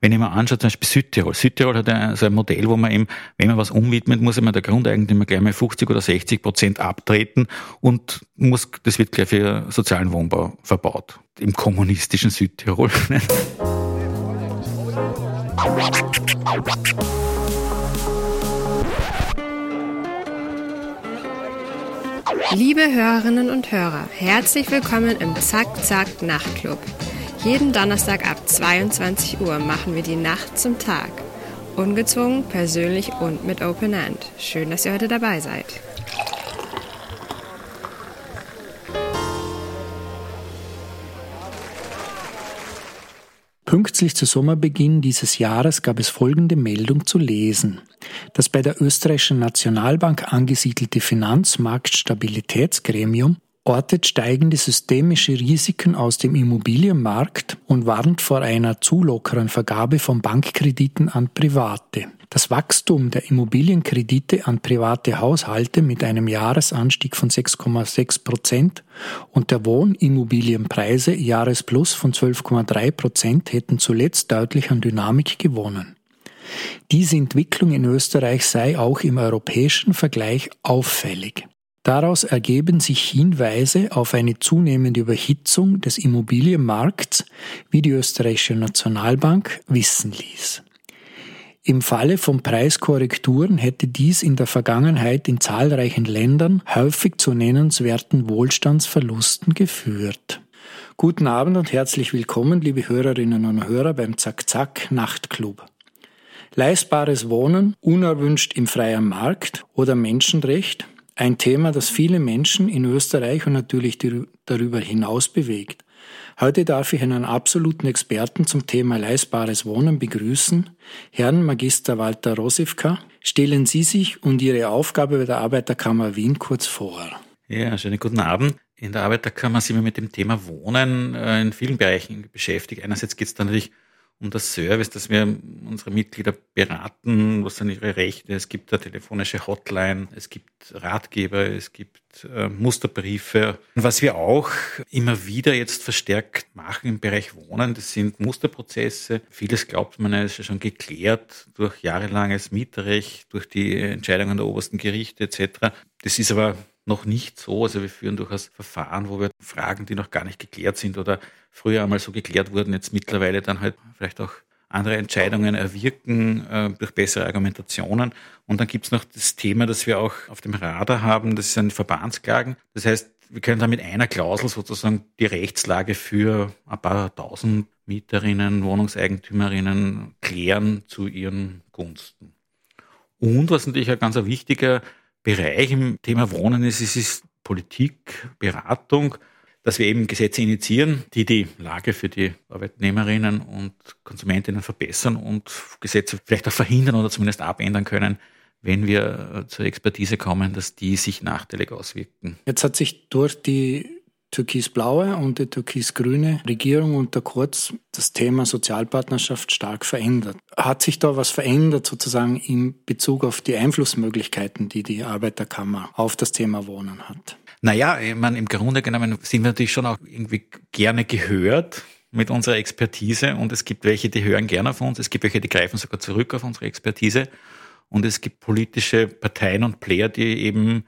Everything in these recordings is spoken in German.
Wenn ich mir anschaue, zum Beispiel Südtirol. Südtirol hat so ein Modell, wo man eben, wenn man was umwidmet, muss immer der Grundeigentümer gleich mal 50 oder 60% abtreten und das wird gleich für sozialen Wohnbau verbaut. Im kommunistischen Südtirol. Liebe Hörerinnen und Hörer, herzlich willkommen im Zack-Zack Nachtclub. Jeden Donnerstag ab 22 Uhr machen wir die Nacht zum Tag. Ungezwungen, persönlich und mit Open End. Schön, dass ihr heute dabei seid. Pünktlich zu Sommerbeginn dieses Jahres gab es folgende Meldung zu lesen. Das bei der österreichischen Nationalbank angesiedelte Finanzmarktstabilitätsgremium ortet steigende systemische Risiken aus dem Immobilienmarkt und warnt vor einer zu lockeren Vergabe von Bankkrediten an Private. Das Wachstum der Immobilienkredite an private Haushalte mit einem Jahresanstieg von 6,6% und der Wohnimmobilienpreise Jahresplus von 12,3% hätten zuletzt deutlich an Dynamik gewonnen. Diese Entwicklung in Österreich sei auch im europäischen Vergleich auffällig. Daraus ergeben sich Hinweise auf eine zunehmende Überhitzung des Immobilienmarkts, wie die österreichische Nationalbank wissen ließ. Im Falle von Preiskorrekturen hätte dies in der Vergangenheit in zahlreichen Ländern häufig zu nennenswerten Wohlstandsverlusten geführt. Guten Abend und herzlich willkommen, liebe Hörerinnen und Hörer, beim Zack-Zack Nachtclub. Leistbares Wohnen, unerwünscht im freien Markt oder Menschenrecht? Ein Thema, das viele Menschen in Österreich und natürlich darüber hinaus bewegt. Heute darf ich einen absoluten Experten zum Thema leistbares Wohnen begrüßen, Herrn Magister Walter Rosivka. Stellen Sie sich und Ihre Aufgabe bei der Arbeiterkammer Wien kurz vor. Ja, schönen guten Abend. In der Arbeiterkammer sind wir mit dem Thema Wohnen in vielen Bereichen beschäftigt. Einerseits geht es dann natürlich um das Service, dass wir unsere Mitglieder beraten, was sind ihre Rechte. Es gibt eine telefonische Hotline, es gibt Ratgeber, es gibt Musterbriefe. Was wir auch immer wieder jetzt verstärkt machen im Bereich Wohnen, das sind Musterprozesse. Vieles glaubt man, ist ja schon geklärt durch jahrelanges Mietrecht, durch die Entscheidungen der obersten Gerichte etc. Das ist aber noch nicht so. Also wir führen durchaus Verfahren, wo wir Fragen, die noch gar nicht geklärt sind oder früher einmal so geklärt wurden, jetzt mittlerweile dann halt vielleicht auch andere Entscheidungen erwirken durch bessere Argumentationen. Und dann gibt's noch das Thema, das wir auch auf dem Radar haben, das sind Verbandsklagen. Das heißt, wir können da mit einer Klausel sozusagen die Rechtslage für ein paar tausend Mieterinnen, Wohnungseigentümerinnen klären zu ihren Gunsten. Und was natürlich ein ganz wichtiger Bereich im Thema Wohnen ist Politik, Beratung, dass wir eben Gesetze initiieren, die die Lage für die Arbeitnehmerinnen und Konsumentinnen verbessern und Gesetze vielleicht auch verhindern oder zumindest abändern können, wenn wir zur Expertise kommen, dass die sich nachteilig auswirken. Jetzt hat sich durch die türkisblaue und die türkisgrüne Regierung unter Kurz das Thema Sozialpartnerschaft stark verändert. Hat sich da was verändert sozusagen in Bezug auf die Einflussmöglichkeiten, die die Arbeiterkammer auf das Thema Wohnen hat? Naja, ich meine, im Grunde genommen sind wir natürlich schon auch irgendwie gerne gehört mit unserer Expertise und es gibt welche, die hören gerne auf uns, es gibt welche, die greifen sogar zurück auf unsere Expertise und es gibt politische Parteien und Player, die eben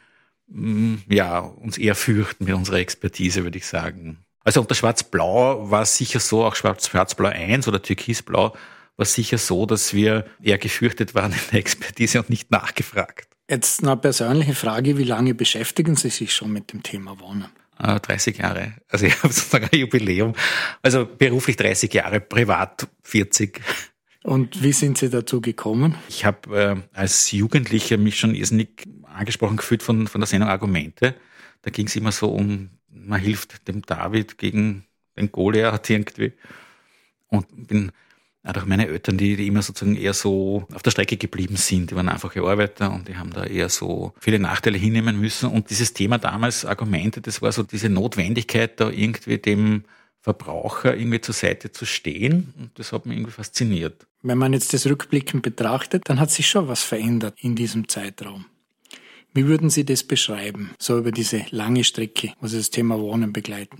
uns eher fürchten mit unserer Expertise, würde ich sagen. Also unter Schwarz-Blau war es sicher so, auch Schwarz-Blau 1 oder Türkis-Blau war es sicher so, dass wir eher gefürchtet waren in der Expertise und nicht nachgefragt. Jetzt eine persönliche Frage, wie lange beschäftigen Sie sich schon mit dem Thema Wohnen? 30 Jahre. Also ich habe sozusagen ein Jubiläum. Also beruflich 30 Jahre, privat 40. Und wie sind Sie dazu gekommen? Ich habe als Jugendlicher mich schon irrsinnig angesprochen gefühlt von der Sendung Argumente. Da ging es immer so um, man hilft dem David gegen den Goliath irgendwie. Und bin durch meine Eltern, die immer sozusagen eher so auf der Strecke geblieben sind. Die waren einfache Arbeiter und die haben da eher so viele Nachteile hinnehmen müssen. Und dieses Thema damals, Argumente, das war so diese Notwendigkeit, da irgendwie dem Verbraucher irgendwie zur Seite zu stehen. Und das hat mich irgendwie fasziniert. Wenn man jetzt das rückblickend betrachtet, dann hat sich schon was verändert in diesem Zeitraum. Wie würden Sie das beschreiben, so über diese lange Strecke, wo Sie das Thema Wohnen begleiten?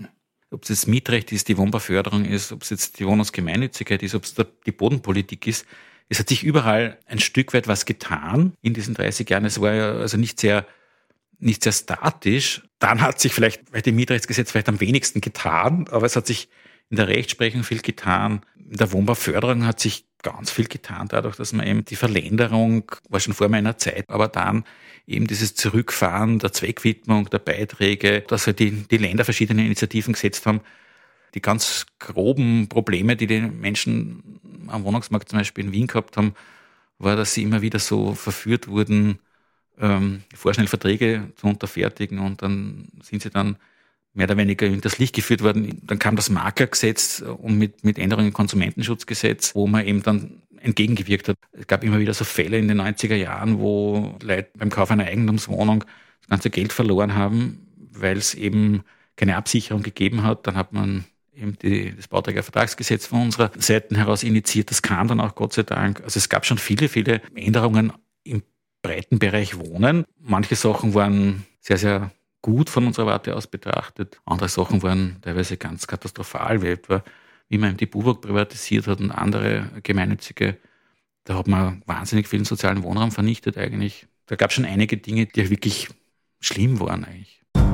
ob es jetzt Mietrecht ist, die Wohnbauförderung ist, ob es jetzt die Wohnungsgemeinnützigkeit ist, ob es die Bodenpolitik ist. Es hat sich überall ein Stück weit was getan in diesen 30 Jahren. Es war ja also nicht sehr statisch. Dann hat sich vielleicht bei dem Mietrechtsgesetz vielleicht am wenigsten getan, aber es hat sich in der Rechtsprechung viel getan. In der Wohnbauförderung hat sich ganz viel getan, dadurch, dass man eben die Verländerung, war schon vor meiner Zeit, aber dann eben dieses Zurückfahren der Zweckwidmung, der Beiträge, dass halt die Länder verschiedene Initiativen gesetzt haben. Die ganz groben Probleme, die die Menschen am Wohnungsmarkt zum Beispiel in Wien gehabt haben, war, dass sie immer wieder so verführt wurden, vorschnell Verträge zu unterfertigen, und dann sind sie dann mehr oder weniger in das Licht geführt worden. Dann kam das Maklergesetz und mit Änderungen im Konsumentenschutzgesetz, wo man eben dann entgegengewirkt hat. Es gab immer wieder so Fälle in den 90er Jahren, wo Leute beim Kauf einer Eigentumswohnung das ganze Geld verloren haben, weil es eben keine Absicherung gegeben hat. Dann hat man eben das Bauträgervertragsgesetz von unserer Seite heraus initiiert. Das kam dann auch Gott sei Dank. Also es gab schon viele, viele Änderungen im breiten Bereich Wohnen. Manche Sachen waren sehr, sehr gut von unserer Warte aus betrachtet. Andere Sachen waren teilweise ganz katastrophal, wie etwa, wie man die BUWOG privatisiert hat und andere gemeinnützige. Da hat man wahnsinnig viel sozialen Wohnraum vernichtet eigentlich. Da gab es schon einige Dinge, die wirklich schlimm waren eigentlich.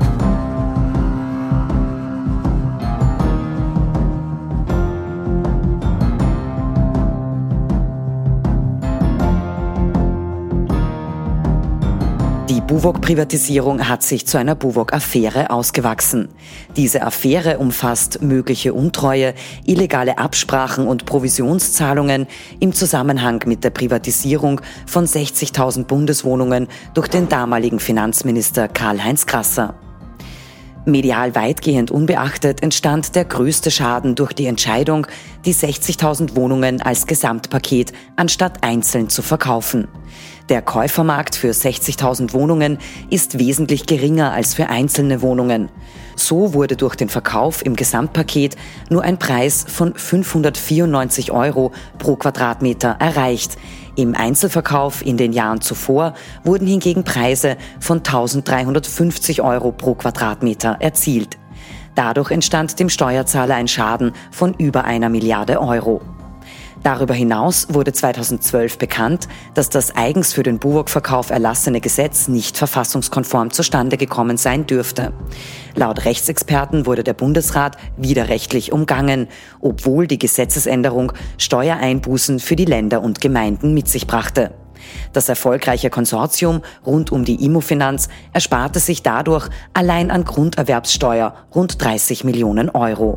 Die BUWOG-Privatisierung hat sich zu einer BUWOG-Affäre ausgewachsen. Diese Affäre umfasst mögliche Untreue, illegale Absprachen und Provisionszahlungen im Zusammenhang mit der Privatisierung von 60.000 Bundeswohnungen durch den damaligen Finanzminister Karl-Heinz Grasser. Medial weitgehend unbeachtet entstand der größte Schaden durch die Entscheidung, die 60.000 Wohnungen als Gesamtpaket anstatt einzeln zu verkaufen. Der Käufermarkt für 60.000 Wohnungen ist wesentlich geringer als für einzelne Wohnungen. So wurde durch den Verkauf im Gesamtpaket nur ein Preis von 594 € pro Quadratmeter erreicht. Im Einzelverkauf in den Jahren zuvor wurden hingegen Preise von 1.350 € pro Quadratmeter erzielt. Dadurch entstand dem Steuerzahler ein Schaden von über 1 Milliarde €. Darüber hinaus wurde 2012 bekannt, dass das eigens für den BUWOG-Verkauf erlassene Gesetz nicht verfassungskonform zustande gekommen sein dürfte. Laut Rechtsexperten wurde der Bundesrat widerrechtlich umgangen, obwohl die Gesetzesänderung Steuereinbußen für die Länder und Gemeinden mit sich brachte. Das erfolgreiche Konsortium rund um die Immofinanz ersparte sich dadurch allein an Grunderwerbssteuer rund 30 Millionen €.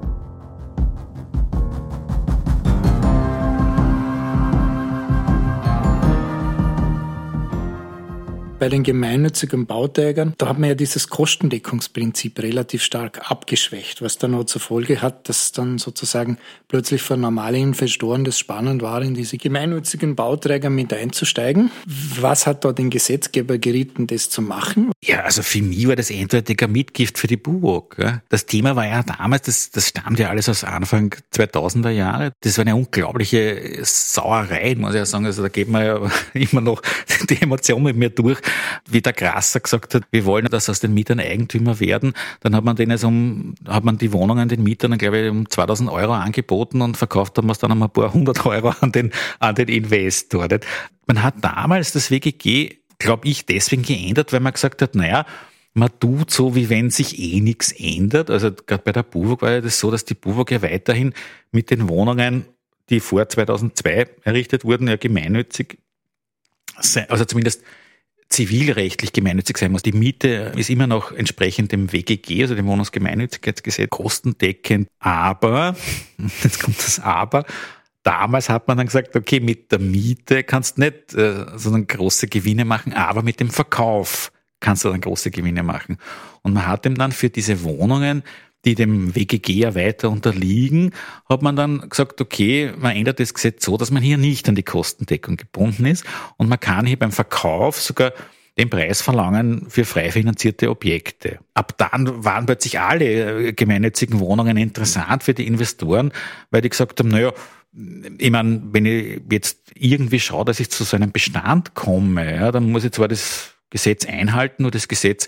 Bei den gemeinnützigen Bauträgern, da hat man ja dieses Kostendeckungsprinzip relativ stark abgeschwächt, was dann auch zur Folge hat, dass dann sozusagen plötzlich für normale Investoren das spannend war, in diese gemeinnützigen Bauträger mit einzusteigen. Was hat da den Gesetzgeber geritten, das zu machen? Ja, also für mich war das eindeutiger Mitgift für die BUWOG. Ja. Das Thema war ja damals, das stammt ja alles aus Anfang 2000er Jahre. Das war eine unglaubliche Sauerei, muss ich ja sagen. Also da geht man ja immer noch die Emotion mit mir durch, wie der Grasser gesagt hat, wir wollen, dass aus den Mietern Eigentümer werden. Dann hat man die Wohnungen den Mietern, glaube ich, um 2.000 € angeboten und verkauft haben wir es dann um ein paar 100 € an den Investor. Man hat damals das WGG, glaube ich, deswegen geändert, weil man gesagt hat, naja, man tut so, wie wenn sich nichts ändert. Also gerade bei der BUWOG war ja das so, dass die BUWOG ja weiterhin mit den Wohnungen, die vor 2002 errichtet wurden, ja gemeinnützig, also zumindest zivilrechtlich gemeinnützig sein muss. Die Miete ist immer noch entsprechend dem WGG, also dem Wohnungsgemeinnützigkeitsgesetz, kostendeckend. Aber, jetzt kommt das Aber, damals hat man dann gesagt, okay, mit der Miete kannst du nicht so große Gewinne machen, aber mit dem Verkauf kannst du dann große Gewinne machen. Und man hat ihm dann für diese Wohnungen, die dem WGG ja weiter unterliegen, hat man dann gesagt, okay, man ändert das Gesetz so, dass man hier nicht an die Kostendeckung gebunden ist und man kann hier beim Verkauf sogar den Preis verlangen für frei finanzierte Objekte. Ab dann waren plötzlich alle gemeinnützigen Wohnungen interessant für die Investoren, weil die gesagt haben, naja, ich meine, wenn ich jetzt irgendwie schaue, dass ich zu so einem Bestand komme, ja, dann muss ich zwar das Gesetz einhalten, nur das Gesetz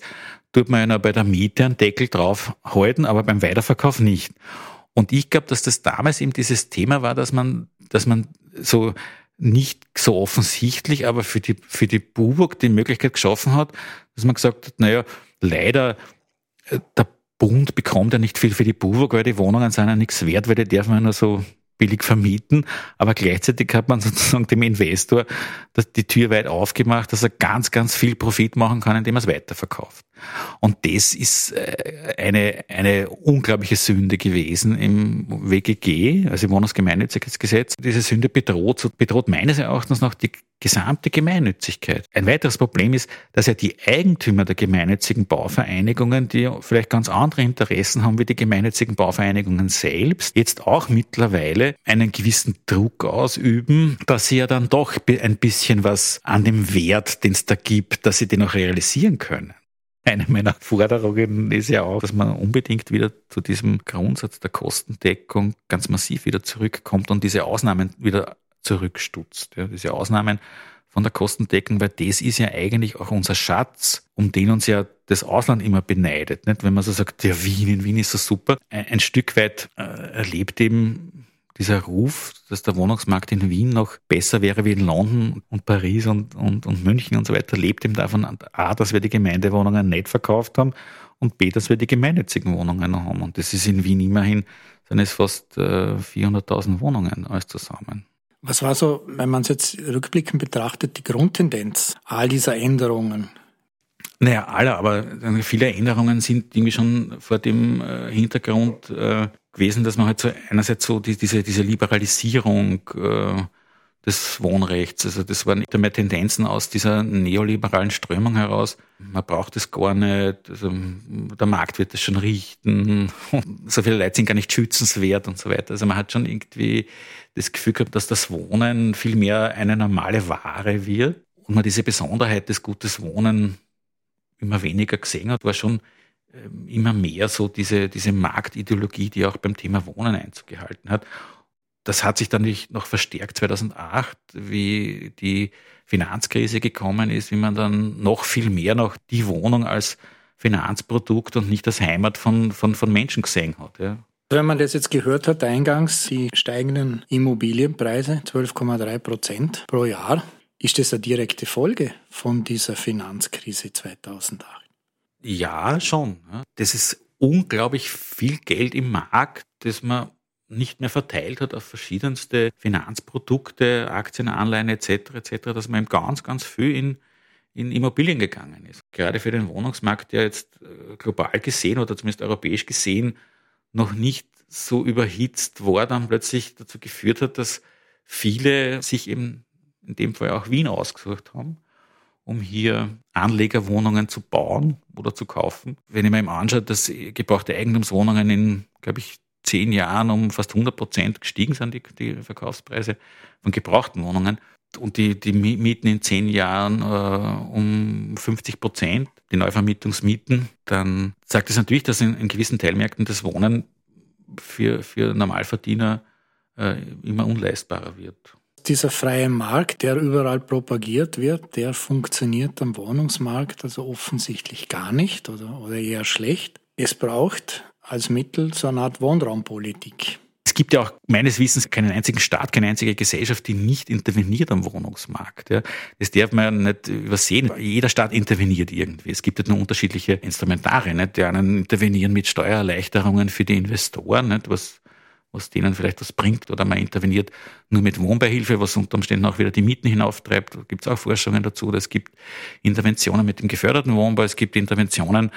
tut man ja noch bei der Miete einen Deckel drauf halten, aber beim Weiterverkauf nicht. Und ich glaube, dass das damals eben dieses Thema war, dass man so nicht so offensichtlich, aber für die BUWOG die Möglichkeit geschaffen hat, dass man gesagt hat, naja, leider, der Bund bekommt ja nicht viel für die BUWOG, weil die Wohnungen sind ja nichts wert, weil die darf man nur so billig vermieten, aber gleichzeitig hat man sozusagen dem Investor die Tür weit aufgemacht, dass er ganz, ganz viel Profit machen kann, indem er es weiterverkauft. Und das ist eine unglaubliche Sünde gewesen im WGG, also im Wohnungsgemeinnützigkeitsgesetz. Diese Sünde bedroht meines Erachtens noch die gesamte Gemeinnützigkeit. Ein weiteres Problem ist, dass ja die Eigentümer der gemeinnützigen Bauvereinigungen, die vielleicht ganz andere Interessen haben wie die gemeinnützigen Bauvereinigungen selbst, jetzt auch mittlerweile einen gewissen Druck ausüben, dass sie ja dann doch ein bisschen was an dem Wert, den es da gibt, dass sie den auch realisieren können. Eine meiner Forderungen ist ja auch, dass man unbedingt wieder zu diesem Grundsatz der Kostendeckung ganz massiv wieder zurückkommt und diese Ausnahmen wieder zurückstutzt. Ja, diese Ausnahmen von der Kostendeckung, weil das ist ja eigentlich auch unser Schatz, um den uns ja das Ausland immer beneidet. Nicht? Wenn man so sagt, ja, in Wien ist so super. Ein Stück weit erlebt eben dieser Ruf, dass der Wohnungsmarkt in Wien noch besser wäre wie in London und Paris und München und so weiter, lebt eben davon, A, dass wir die Gemeindewohnungen nicht verkauft haben und B, dass wir die gemeinnützigen Wohnungen noch haben. Und das ist in Wien immerhin, sind es fast 400.000 Wohnungen alles zusammen. Was war so, wenn man es jetzt rückblickend betrachtet, die Grundtendenz all dieser Änderungen? Naja, aber viele Änderungen sind irgendwie schon vor dem Hintergrund gewesen, dass man halt so einerseits so diese Liberalisierung des Wohnrechts, also das waren nicht mehr Tendenzen aus dieser neoliberalen Strömung heraus. Man braucht es gar nicht, also der Markt wird es schon richten, so viele Leute sind gar nicht schützenswert und so weiter. Also man hat schon irgendwie das Gefühl gehabt, dass das Wohnen viel mehr eine normale Ware wird und man diese Besonderheit des gutes Wohnen immer weniger gesehen hat, war schon immer mehr so diese Marktideologie, die auch beim Thema Wohnen Einzug gehalten hat. Das hat sich dann nicht noch verstärkt 2008, wie die Finanzkrise gekommen ist, wie man dann noch viel mehr noch die Wohnung als Finanzprodukt und nicht als Heimat von Menschen gesehen hat. Ja. Wenn man das jetzt gehört hat, eingangs die steigenden Immobilienpreise, 12,3% pro Jahr, ist das eine direkte Folge von dieser Finanzkrise 2008? Ja, schon. Das ist unglaublich viel Geld im Markt, das man nicht mehr verteilt hat auf verschiedenste Finanzprodukte, Aktien, Anleihen etc., dass man eben ganz, ganz viel in Immobilien gegangen ist. Gerade für den Wohnungsmarkt, der jetzt global gesehen oder zumindest europäisch gesehen noch nicht so überhitzt war, dann plötzlich dazu geführt hat, dass viele sich eben in dem Fall auch Wien ausgesucht haben, um hier Anlegerwohnungen zu bauen oder zu kaufen. Wenn ich mir eben anschaue, dass gebrauchte Eigentumswohnungen in, glaube ich, 10 Jahren um fast 100% gestiegen sind, die Verkaufspreise von gebrauchten Wohnungen. Und die Mieten in 10 Jahren um 50%, die Neuvermietungsmieten, dann sagt es natürlich, dass in gewissen Teilmärkten das Wohnen für Normalverdiener immer unleistbarer wird. Dieser freie Markt, der überall propagiert wird, der funktioniert am Wohnungsmarkt also offensichtlich gar nicht oder eher schlecht. Es braucht als Mittel so eine Art Wohnraumpolitik. Es gibt ja auch meines Wissens keinen einzigen Staat, keine einzige Gesellschaft, die nicht interveniert am Wohnungsmarkt. Ja. Das darf man ja nicht übersehen. Jeder Staat interveniert irgendwie. Es gibt ja nur unterschiedliche Instrumentarien. Nicht? Die einen intervenieren mit Steuererleichterungen für die Investoren, nicht? Was denen vielleicht was bringt, oder man interveniert nur mit Wohnbeihilfe, was unter Umständen auch wieder die Mieten hinauftreibt. Da gibt es auch Forschungen dazu. Es gibt Interventionen mit dem geförderten Wohnbau, es gibt Interventionen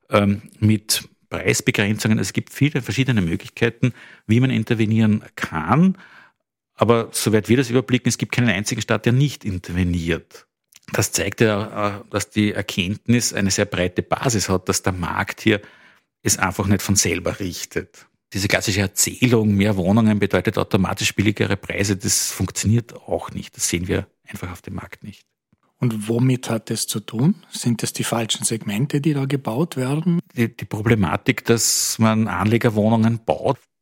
mit Preisbegrenzungen. Es gibt viele verschiedene Möglichkeiten, wie man intervenieren kann. Aber soweit wir das überblicken, es gibt keinen einzigen Staat, der nicht interveniert. Das zeigt ja, dass die Erkenntnis eine sehr breite Basis hat, dass der Markt hier es einfach nicht von selber richtet. Diese klassische Erzählung, mehr Wohnungen bedeutet automatisch billigere Preise, das funktioniert auch nicht. Das sehen wir einfach auf dem Markt nicht. Und womit hat das zu tun? Sind das die falschen Segmente, die da gebaut werden? Die Problematik, dass man Anlegerwohnungen baut,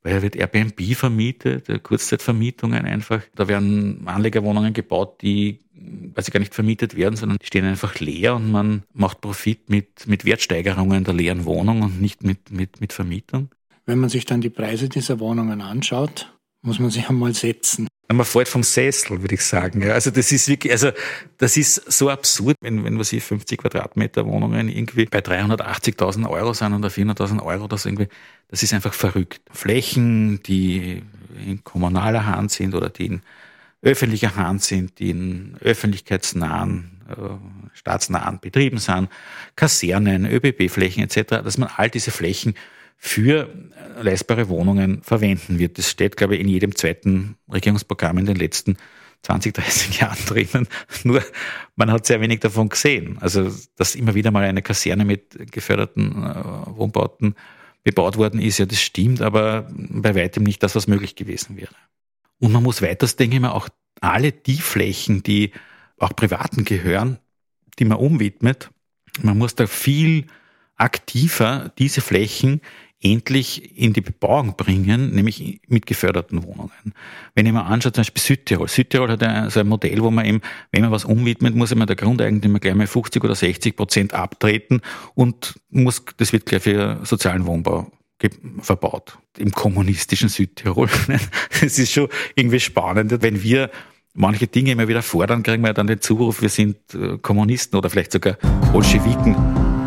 weil wird Airbnb vermietet, Kurzzeitvermietungen einfach. Da werden Anlegerwohnungen gebaut, die quasi gar nicht vermietet werden, sondern die stehen einfach leer und man macht Profit mit Wertsteigerungen der leeren Wohnung und nicht mit Vermietung. Wenn man sich dann die Preise dieser Wohnungen anschaut, muss man sich einmal setzen. Man fällt vom Sessel, würde ich sagen. Ja, also das ist wirklich, das ist so absurd, wenn was hier 50 Quadratmeter Wohnungen irgendwie bei 380.000 Euro sind oder 400.000 Euro, das ist einfach verrückt. Flächen, die in kommunaler Hand sind oder die in öffentlicher Hand sind, die in öffentlichkeitsnahen, staatsnahen Betrieben sind, Kasernen, ÖBB-Flächen etc., dass man all diese Flächen für leistbare Wohnungen verwenden wird. Das steht, glaube ich, in jedem zweiten Regierungsprogramm in den letzten 20, 30 Jahren drinnen. Nur, man hat sehr wenig davon gesehen. Also, dass immer wieder mal eine Kaserne mit geförderten Wohnbauten bebaut worden ist, ja, das stimmt, aber bei weitem nicht das, was möglich gewesen wäre. Und man muss weiters, denke ich mal, auch alle die Flächen, die auch Privaten gehören, die man umwidmet, man muss da viel aktiver diese Flächen endlich in die Bebauung bringen, nämlich mit geförderten Wohnungen. Wenn ich mir anschaue, zum Beispiel Südtirol. Südtirol hat so ein Modell, wo man eben, wenn man was umwidmet, muss immer der Grundeigentümer gleich mal 50 oder 60% abtreten und das wird gleich für sozialen Wohnbau verbaut. Im kommunistischen Südtirol. Das ist schon irgendwie spannend. Wenn wir manche Dinge immer wieder fordern, kriegen wir dann den Zuruf, wir sind Kommunisten oder vielleicht sogar Bolschewiken.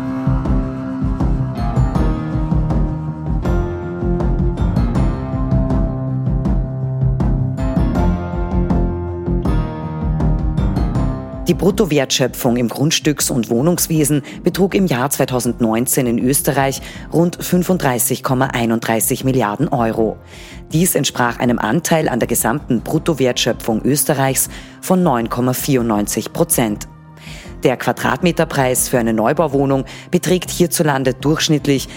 Die Bruttowertschöpfung im Grundstücks- und Wohnungswesen betrug im Jahr 2019 in Österreich rund 35,31 Milliarden Euro. Dies entsprach einem Anteil an der gesamten Bruttowertschöpfung Österreichs von 9,94%. Der Quadratmeterpreis für eine Neubauwohnung beträgt hierzulande durchschnittlich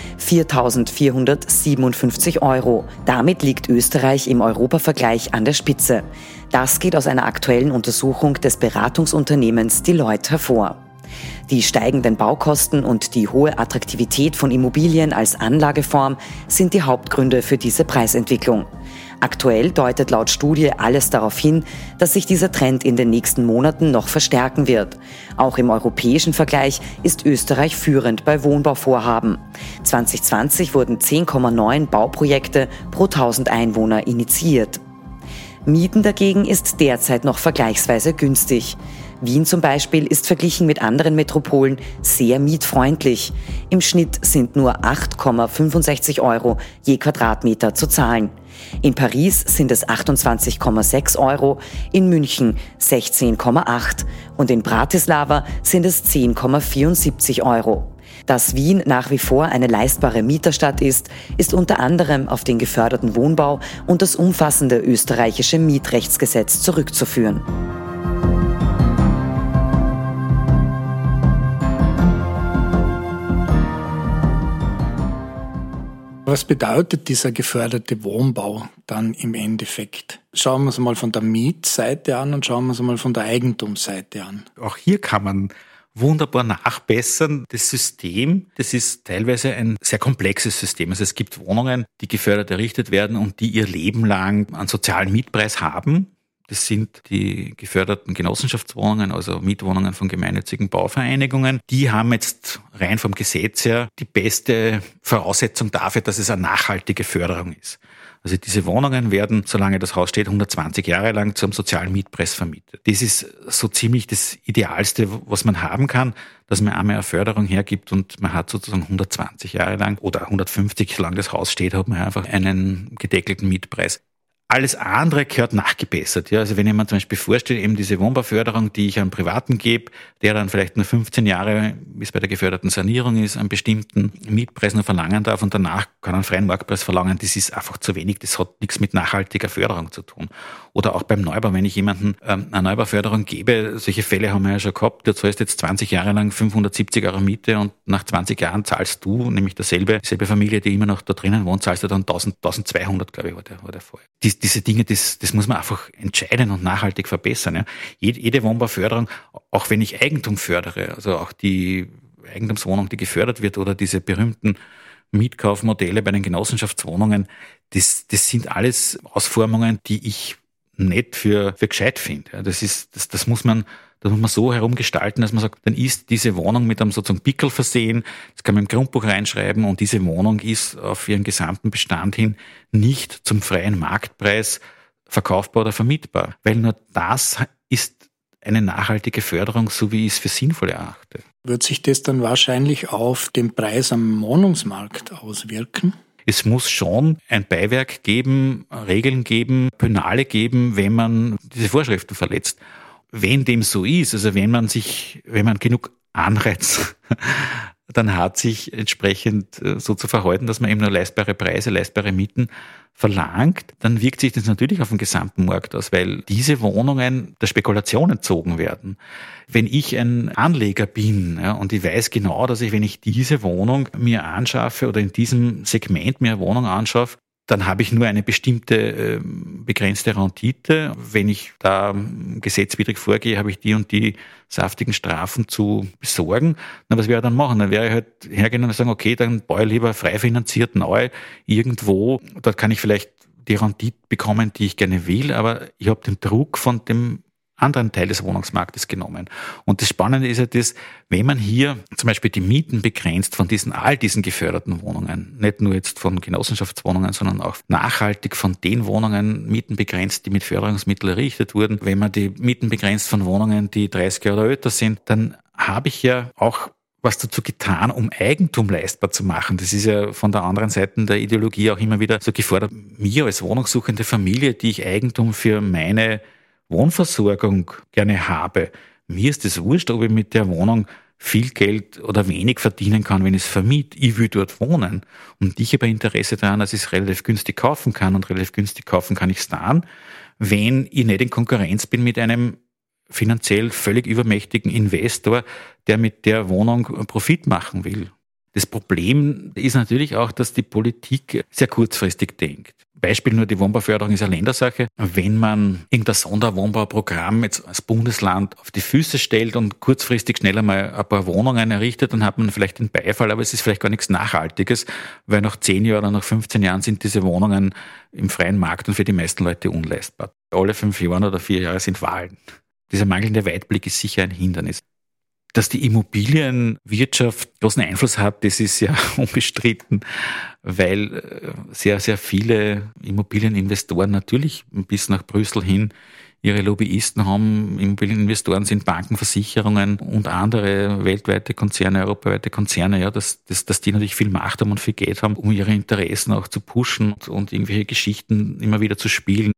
4.457 Euro. Damit liegt Österreich im Europavergleich an der Spitze. Das geht aus einer aktuellen Untersuchung des Beratungsunternehmens Deloitte hervor. Die steigenden Baukosten und die hohe Attraktivität von Immobilien als Anlageform sind die Hauptgründe für diese Preisentwicklung. Aktuell deutet laut Studie alles darauf hin, dass sich dieser Trend in den nächsten Monaten noch verstärken wird. Auch im europäischen Vergleich ist Österreich führend bei Wohnbauvorhaben. 2020 wurden 10,9 Bauprojekte pro 1000 Einwohner initiiert. Mieten dagegen ist derzeit noch vergleichsweise günstig. Wien zum Beispiel ist verglichen mit anderen Metropolen sehr mietfreundlich. Im Schnitt sind nur 8,65 Euro je Quadratmeter zu zahlen. In Paris sind es 28,6 Euro, in München 16,8 und in Bratislava sind es 10,74 Euro. Dass Wien nach wie vor eine leistbare Mieterstadt ist unter anderem auf den geförderten Wohnbau und das umfassende österreichische Mietrechtsgesetz zurückzuführen. Was bedeutet dieser geförderte Wohnbau dann im Endeffekt? Schauen wir es mal von der Mietseite an und schauen wir es mal von der Eigentumsseite an. Auch hier kann man wunderbar nachbessern. Das System, das ist teilweise ein sehr komplexes System. Also es gibt Wohnungen, die gefördert errichtet werden und die ihr Leben lang einen sozialen Mietpreis haben. Das sind die geförderten Genossenschaftswohnungen, also Mietwohnungen von gemeinnützigen Bauvereinigungen. Die haben jetzt rein vom Gesetz her die beste Voraussetzung dafür, dass es eine nachhaltige Förderung ist. Also diese Wohnungen werden, solange das Haus steht, 120 Jahre lang zum sozialen Mietpreis vermietet. Das ist so ziemlich das Idealste, was man haben kann, dass man einmal eine Förderung hergibt und man hat sozusagen 120 Jahre lang oder 150, solange das Haus steht, hat man einfach einen gedeckelten Mietpreis. Alles andere gehört nachgebessert. Ja, also wenn ich mir zum Beispiel vorstelle, eben diese Wohnbauförderung, die ich einem Privaten gebe, der dann vielleicht nur 15 Jahre, wie es bei der geförderten Sanierung ist, einen bestimmten Mietpreis nur verlangen darf und danach kann er einen freien Marktpreis verlangen, das ist einfach zu wenig. Das hat nichts mit nachhaltiger Förderung zu tun. Oder auch beim Neubau, wenn ich jemandem eine Neubauförderung gebe, solche Fälle haben wir ja schon gehabt, du zahlst jetzt 20 Jahre lang 570 Euro Miete und nach 20 Jahren zahlst du, nämlich dieselbe Familie, die immer noch da drinnen wohnt, zahlst du dann 1200, glaube ich, war der Fall. Diese Dinge, das muss man einfach entscheiden und nachhaltig verbessern. Ja. Jede Wohnbauförderung, auch wenn ich Eigentum fördere, also auch die Eigentumswohnung, die gefördert wird oder diese berühmten Mietkaufmodelle bei den Genossenschaftswohnungen, das sind alles Ausformungen, die ich nicht für gescheit finde. Das muss man so herumgestalten, dass man sagt, dann ist diese Wohnung mit einem sozusagen Pickel versehen, das kann man im Grundbuch reinschreiben und diese Wohnung ist auf ihren gesamten Bestand hin nicht zum freien Marktpreis verkaufbar oder vermietbar. Weil nur das ist eine nachhaltige Förderung, so wie ich es für sinnvoll erachte. Wird sich das dann wahrscheinlich auf den Preis am Wohnungsmarkt auswirken? Es muss schon ein Beiwerk geben, Regeln geben, Penale geben, wenn man diese Vorschriften verletzt. Wenn dem so ist, also wenn man genug Anreiz dann hat, sich entsprechend so zu verhalten, dass man eben nur leistbare Preise, leistbare Mieten verlangt, dann wirkt sich das natürlich auf den gesamten Markt aus, weil diese Wohnungen der Spekulation entzogen werden. Wenn ich ein Anleger bin, ja, und ich weiß genau, dass wenn ich diese Wohnung mir anschaffe oder in diesem Segment mir eine Wohnung anschaffe, dann habe ich nur eine bestimmte begrenzte Rendite. Wenn ich da gesetzwidrig vorgehe, habe ich die und die saftigen Strafen zu besorgen. Na, was wäre ich dann machen? Dann wäre ich halt hergehen und sagen, okay, dann baue ich lieber frei finanziert neu irgendwo. Dort kann ich vielleicht die Rendite bekommen, die ich gerne will, aber ich habe den Druck von dem anderen Teil des Wohnungsmarktes genommen. Und das Spannende ist ja das, wenn man hier zum Beispiel die Mieten begrenzt von all diesen geförderten Wohnungen, nicht nur jetzt von Genossenschaftswohnungen, sondern auch nachhaltig von den Wohnungen Mieten begrenzt, die mit Förderungsmitteln errichtet wurden. Wenn man die Mieten begrenzt von Wohnungen, die 30 Jahre oder älter sind, dann habe ich ja auch was dazu getan, um Eigentum leistbar zu machen. Das ist ja von der anderen Seite der Ideologie auch immer wieder so gefordert. Mir als wohnungssuchende Familie, die ich Eigentum für meine Wohnversorgung gerne habe. Mir ist es wurscht, ob ich mit der Wohnung viel Geld oder wenig verdienen kann, wenn ich es vermiete. Ich will dort wohnen. Und ich habe ein Interesse daran, dass ich es relativ günstig kaufen kann. Und relativ günstig kaufen kann ich es dann, wenn ich nicht in Konkurrenz bin mit einem finanziell völlig übermächtigen Investor, der mit der Wohnung Profit machen will. Das Problem ist natürlich auch, dass die Politik sehr kurzfristig denkt. Beispiel nur, die Wohnbauförderung ist eine Ländersache. Wenn man irgendein Sonderwohnbauprogramm jetzt als Bundesland auf die Füße stellt und kurzfristig schnell einmal ein paar Wohnungen errichtet, dann hat man vielleicht den Beifall, aber es ist vielleicht gar nichts Nachhaltiges, weil nach 10 Jahren oder nach 15 Jahren sind diese Wohnungen im freien Markt und für die meisten Leute unleistbar. Alle 5 Jahre oder 4 Jahre sind Wahlen. Dieser mangelnde Weitblick ist sicher ein Hindernis. Dass die Immobilienwirtschaft großen Einfluss hat, das ist ja unbestritten, weil sehr, sehr viele Immobilieninvestoren natürlich bis nach Brüssel hin ihre Lobbyisten haben. Immobilieninvestoren sind Banken, Versicherungen und andere weltweite Konzerne, europaweite Konzerne, ja, dass die natürlich viel Macht haben und viel Geld haben, um ihre Interessen auch zu pushen und irgendwelche Geschichten immer wieder zu spielen.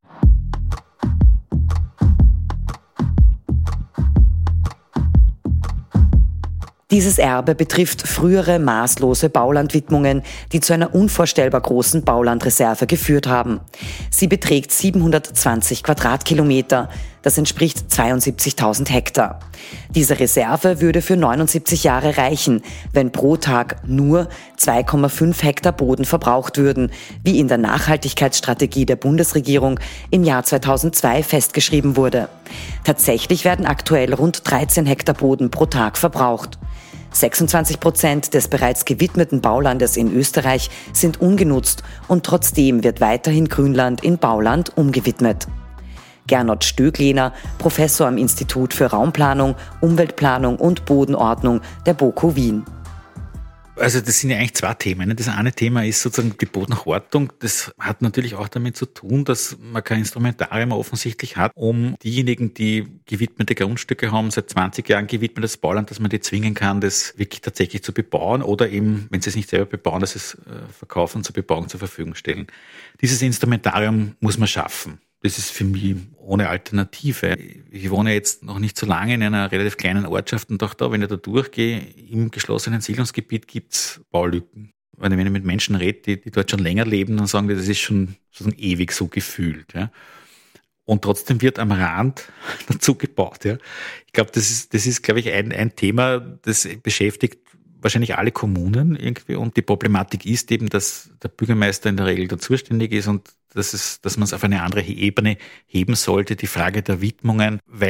Dieses Erbe betrifft frühere maßlose Baulandwidmungen, die zu einer unvorstellbar großen Baulandreserve geführt haben. Sie beträgt 720 Quadratkilometer. Das entspricht 72.000 Hektar. Diese Reserve würde für 79 Jahre reichen, wenn pro Tag nur 2,5 Hektar Boden verbraucht würden, wie in der Nachhaltigkeitsstrategie der Bundesregierung im Jahr 2002 festgeschrieben wurde. Tatsächlich werden aktuell rund 13 Hektar Boden pro Tag verbraucht. 26% des bereits gewidmeten Baulandes in Österreich sind ungenutzt und trotzdem wird weiterhin Grünland in Bauland umgewidmet. Gernot Stöglehner, Professor am Institut für Raumplanung, Umweltplanung und Bodenordnung der BOKU Wien. Also das sind ja eigentlich 2 Themen. Das eine Thema ist sozusagen die Bodenhortung. Das hat natürlich auch damit zu tun, dass man kein Instrumentarium offensichtlich hat, um diejenigen, die gewidmete Grundstücke haben, seit 20 Jahren gewidmetes Bauland, dass man die zwingen kann, das wirklich tatsächlich zu bebauen oder eben, wenn sie es nicht selber bebauen, dass sie es verkaufen und zur Bebauung zur Verfügung stellen. Dieses Instrumentarium muss man schaffen. Das ist für mich ohne Alternative. Ich wohne jetzt noch nicht so lange in einer relativ kleinen Ortschaft und auch da, wenn ich da durchgehe, im geschlossenen Siedlungsgebiet gibt's Baulücken. Wenn ich mit Menschen rede, die dort schon länger leben, dann sagen die, das ist schon sozusagen ewig so gefühlt. Ja. Und trotzdem wird am Rand dazu gebaut. Ja. Ich glaube, das ist, glaube ich, ein Thema, das beschäftigt wahrscheinlich alle Kommunen irgendwie. Und die Problematik ist eben, dass der Bürgermeister in der Regel da zuständig ist und dass man es auf eine andere Ebene heben sollte, die Frage der Widmungen, weil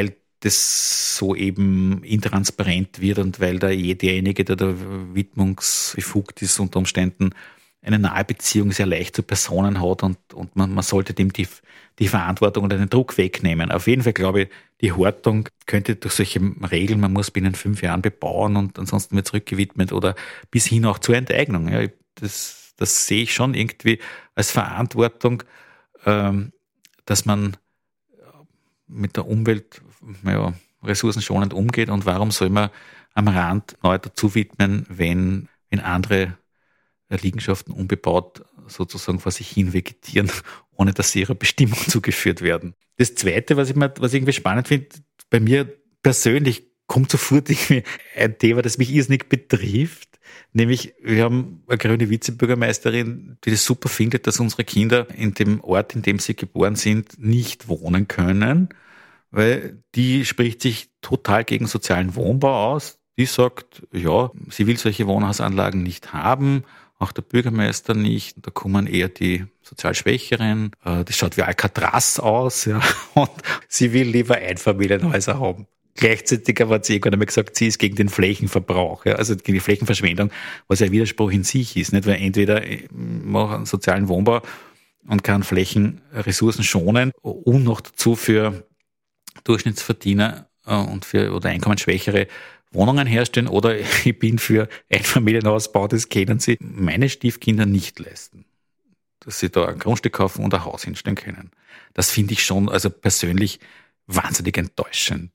das so eben intransparent wird und weil da derjenige, der da widmungsbefugt ist, unter Umständen eine nahe Beziehung sehr leicht zu Personen hat und man sollte dem die Verantwortung oder den Druck wegnehmen. Auf jeden Fall glaube ich, die Hortung könnte durch solche Regeln, man muss binnen 5 Jahren bebauen und ansonsten wird zurückgewidmet oder bis hin auch zur Enteignung. Ja, das sehe ich schon irgendwie als Verantwortung, dass man mit der Umwelt ressourcenschonend umgeht und warum soll man am Rand neu dazu widmen, wenn andere Liegenschaften unbebaut sozusagen vor sich hin vegetieren, ohne dass sie ihrer Bestimmung zugeführt werden. Das Zweite, was ich irgendwie spannend finde, bei mir persönlich kommt sofort irgendwie ein Thema, das mich irrsinnig betrifft, nämlich wir haben eine grüne Vizebürgermeisterin, die das super findet, dass unsere Kinder in dem Ort, in dem sie geboren sind, nicht wohnen können, weil die spricht sich total gegen sozialen Wohnbau aus. Die sagt, ja, sie will solche Wohnhausanlagen nicht haben, auch der Bürgermeister nicht. Da kommen eher die sozial Schwächeren. Das schaut wie Alcatraz aus, ja. Und sie will lieber Einfamilienhäuser haben. Gleichzeitig aber hat sie irgendwann einmal gesagt, sie ist gegen den Flächenverbrauch, ja, also gegen die Flächenverschwendung, was ja ein Widerspruch in sich ist, nicht? Weil entweder mache einen sozialen Wohnbau und kann Flächen Ressourcen schonen und noch dazu für Durchschnittsverdiener oder einkommensschwächere Wohnungen herstellen, oder ich bin für Einfamilienhausbau, das können sie meine Stiefkinder nicht leisten. Dass sie da ein Grundstück kaufen und ein Haus hinstellen können. Das finde ich schon, also persönlich wahnsinnig enttäuschend.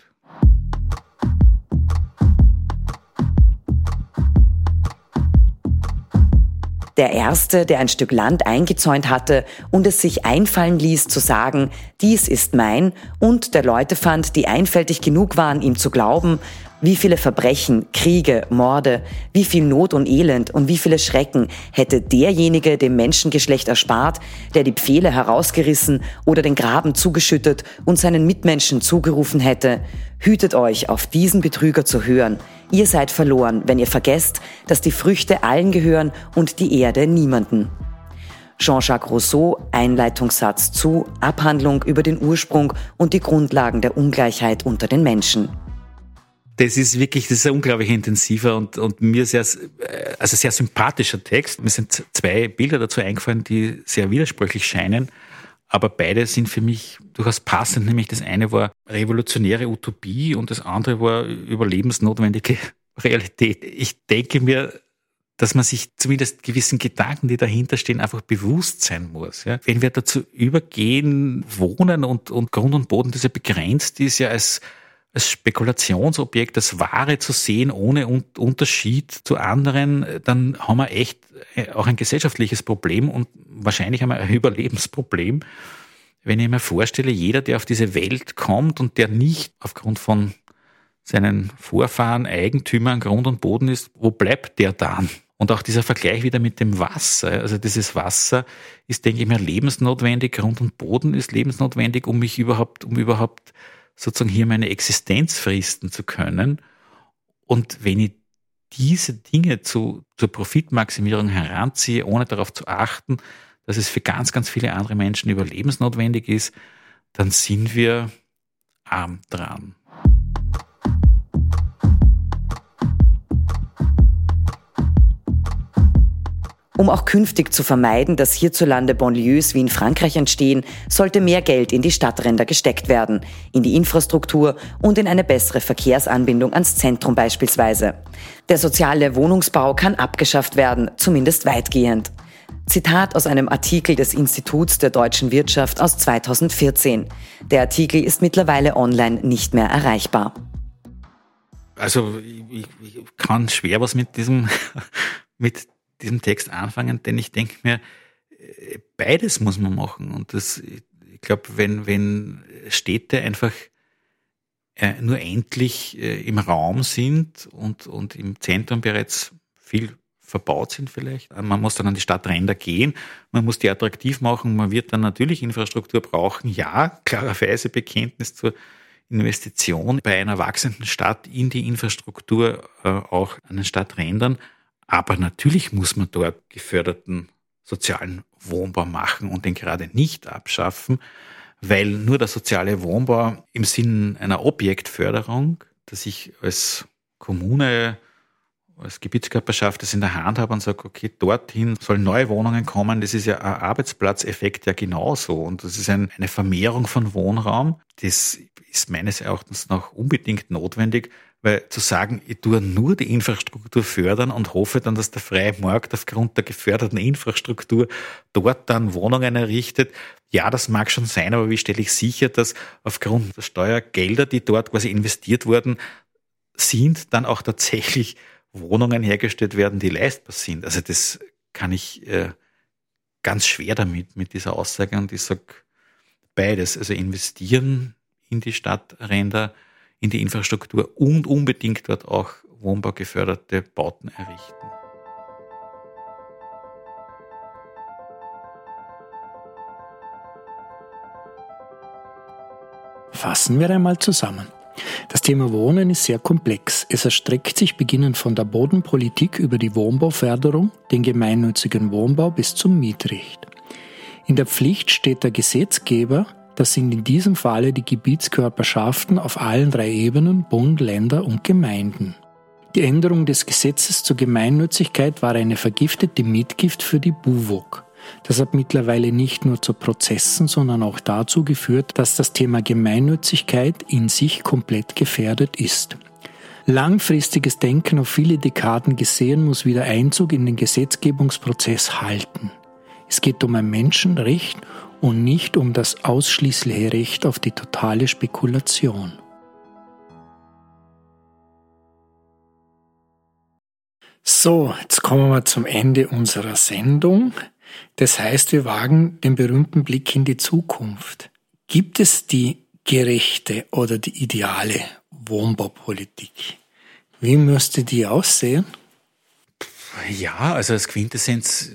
Der Erste, der ein Stück Land eingezäunt hatte und es sich einfallen ließ zu sagen, dies ist mein, und der Leute fand, die einfältig genug waren, ihm zu glauben, wie viele Verbrechen, Kriege, Morde, wie viel Not und Elend und wie viele Schrecken hätte derjenige dem Menschengeschlecht erspart, der die Pfähle herausgerissen oder den Graben zugeschüttet und seinen Mitmenschen zugerufen hätte, hütet euch, auf diesen Betrüger zu hören. Ihr seid verloren, wenn ihr vergesst, dass die Früchte allen gehören und die Erde niemanden. Jean-Jacques Rousseau, Einleitungssatz zu Abhandlung über den Ursprung und die Grundlagen der Ungleichheit unter den Menschen. Das ist ein unglaublich intensiver und mir sehr sympathischer Text. Mir sind 2 Bilder dazu eingefallen, die sehr widersprüchlich scheinen, aber beide sind für mich durchaus passend. Nämlich das eine war revolutionäre Utopie und das andere war überlebensnotwendige Realität. Ich denke mir, dass man sich zumindest gewissen Gedanken, die dahinter stehen, einfach bewusst sein muss. Ja? Wenn wir dazu übergehen, Wohnen und Grund und Boden, das ja begrenzt ist, ja als Spekulationsobjekt, als Ware zu sehen, ohne Unterschied zu anderen, dann haben wir echt auch ein gesellschaftliches Problem und wahrscheinlich haben wir ein Überlebensproblem. Wenn ich mir vorstelle, jeder, der auf diese Welt kommt und der nicht aufgrund von seinen Vorfahren Eigentümer an Grund und Boden ist, wo bleibt der dann? Und auch dieser Vergleich wieder mit dem Wasser. Also dieses Wasser ist, denke ich mir, lebensnotwendig. Grund und Boden ist lebensnotwendig, um überhaupt sozusagen hier meine Existenz fristen zu können. Und wenn ich diese Dinge zur Profitmaximierung heranziehe, ohne darauf zu achten, dass es für ganz, ganz viele andere Menschen überlebensnotwendig ist, dann sind wir arm dran. Um auch künftig zu vermeiden, dass hierzulande Banlieues wie in Frankreich entstehen, sollte mehr Geld in die Stadtränder gesteckt werden, in die Infrastruktur und in eine bessere Verkehrsanbindung ans Zentrum beispielsweise. Der soziale Wohnungsbau kann abgeschafft werden, zumindest weitgehend. Zitat aus einem Artikel des Instituts der deutschen Wirtschaft aus 2014. Der Artikel ist mittlerweile online nicht mehr erreichbar. Also ich kann schwer was mit diesem Text anfangen, denn ich denke mir, beides muss man machen. Und ich glaube, wenn Städte einfach nur endlich im Raum sind und im Zentrum bereits viel verbaut sind vielleicht, man muss dann an die Stadtränder gehen, man muss die attraktiv machen, man wird dann natürlich Infrastruktur brauchen. Ja, klarerweise Bekenntnis zur Investition bei einer wachsenden Stadt in die Infrastruktur auch an den Stadträndern. Aber natürlich muss man dort geförderten sozialen Wohnbau machen und den gerade nicht abschaffen, weil nur der soziale Wohnbau im Sinn einer Objektförderung, dass ich als Kommune, als Gebietskörperschaft das in der Hand habe und sage, okay, dorthin sollen neue Wohnungen kommen, das ist ja ein Arbeitsplatzeffekt ja genauso. Und das ist eine Vermehrung von Wohnraum. Das ist meines Erachtens noch unbedingt notwendig, weil zu sagen, ich tue nur die Infrastruktur fördern und hoffe dann, dass der freie Markt aufgrund der geförderten Infrastruktur dort dann Wohnungen errichtet, ja, das mag schon sein, aber wie stelle ich sicher, dass aufgrund der Steuergelder, die dort quasi investiert wurden, sind, dann auch tatsächlich Wohnungen hergestellt werden, die leistbar sind. Also das kann ich ganz schwer mit dieser Aussage, und ich sage beides. Also investieren in die Stadtränder, in die Infrastruktur und unbedingt dort auch wohnbaugeförderte Bauten errichten. Fassen wir einmal zusammen. Das Thema Wohnen ist sehr komplex. Es erstreckt sich beginnend von der Bodenpolitik über die Wohnbauförderung, den gemeinnützigen Wohnbau bis zum Mietrecht. In der Pflicht steht der Gesetzgeber, das sind in diesem Falle die Gebietskörperschaften auf allen 3 Ebenen, Bund, Länder und Gemeinden. Die Änderung des Gesetzes zur Gemeinnützigkeit war eine vergiftete Mitgift für die BUWOG. Das hat mittlerweile nicht nur zu Prozessen, sondern auch dazu geführt, dass das Thema Gemeinnützigkeit in sich komplett gefährdet ist. Langfristiges Denken auf viele Dekaden gesehen muss wieder Einzug in den Gesetzgebungsprozess halten. Es geht um ein Menschenrecht und nicht um das ausschließliche Recht auf die totale Spekulation. So, jetzt kommen wir zum Ende unserer Sendung. Das heißt, wir wagen den berühmten Blick in die Zukunft. Gibt es die gerechte oder die ideale Wohnbaupolitik? Wie müsste die aussehen? Ja, also als Quintessenz,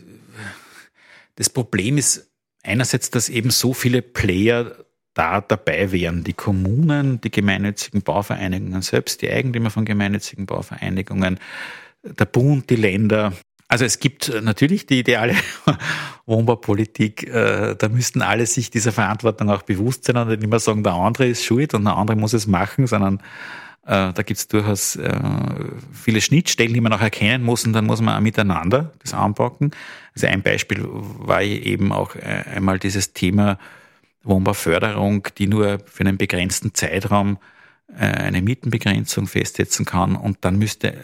das Problem ist einerseits, dass eben so viele Player da dabei wären. Die Kommunen, die gemeinnützigen Bauvereinigungen selbst, die Eigentümer von gemeinnützigen Bauvereinigungen, der Bund, die Länder. Also es gibt natürlich die ideale Wohnbaupolitik, da müssten alle sich dieser Verantwortung auch bewusst sein und nicht immer sagen, der andere ist schuld und der andere muss es machen, sondern da gibt es durchaus viele Schnittstellen, die man auch erkennen muss, und dann muss man auch miteinander das anpacken. Also ein Beispiel war eben auch einmal dieses Thema Wohnbauförderung, die nur für einen begrenzten Zeitraum eine Mietenbegrenzung festsetzen kann, und dann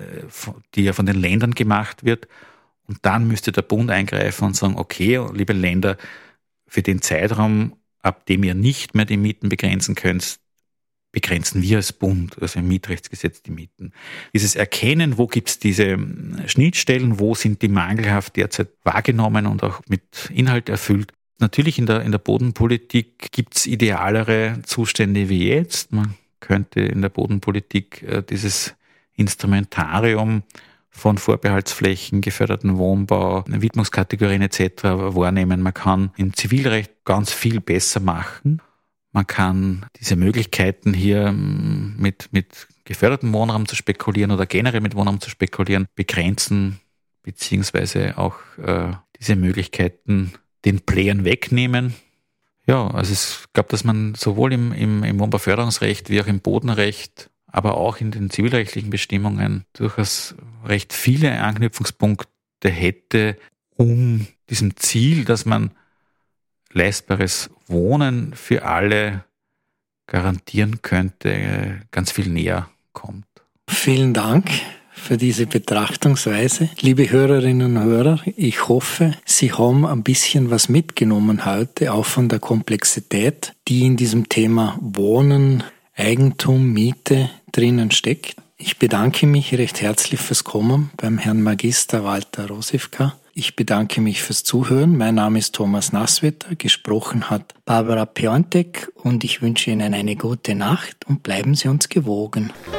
die ja von den Ländern gemacht wird. Und dann müsste der Bund eingreifen und sagen, okay, liebe Länder, für den Zeitraum, ab dem ihr nicht mehr die Mieten begrenzen könnt, begrenzen wir als Bund, also im Mietrechtsgesetz, die Mieten. Dieses Erkennen, wo gibt es diese Schnittstellen, wo sind die mangelhaft derzeit wahrgenommen und auch mit Inhalt erfüllt. Natürlich in der Bodenpolitik gibt es idealere Zustände wie jetzt. Man könnte in der Bodenpolitik dieses Instrumentarium von Vorbehaltsflächen, geförderten Wohnbau, Widmungskategorien etc. wahrnehmen. Man kann im Zivilrecht ganz viel besser machen. Man kann diese Möglichkeiten hier mit gefördertem Wohnraum zu spekulieren oder generell mit Wohnraum zu spekulieren, begrenzen, beziehungsweise auch diese Möglichkeiten den Playern wegnehmen. Ja, also ich glaube, dass man sowohl im Wohnbauförderungsrecht wie auch im Bodenrecht, aber auch in den zivilrechtlichen Bestimmungen durchaus recht viele Anknüpfungspunkte hätte, um diesem Ziel, dass man leistbares Wohnen für alle garantieren könnte, ganz viel näher kommt. Vielen Dank für diese Betrachtungsweise. Liebe Hörerinnen und Hörer, ich hoffe, Sie haben ein bisschen was mitgenommen heute, auch von der Komplexität, die in diesem Thema Wohnen, Eigentum, Miete drinnen steckt. Ich bedanke mich recht herzlich fürs Kommen beim Herrn Magister Walter Rosivka. Ich bedanke mich fürs Zuhören. Mein Name ist Thomas Nasswetter. Gesprochen hat Barbara Piontek und ich wünsche Ihnen eine gute Nacht und bleiben Sie uns gewogen.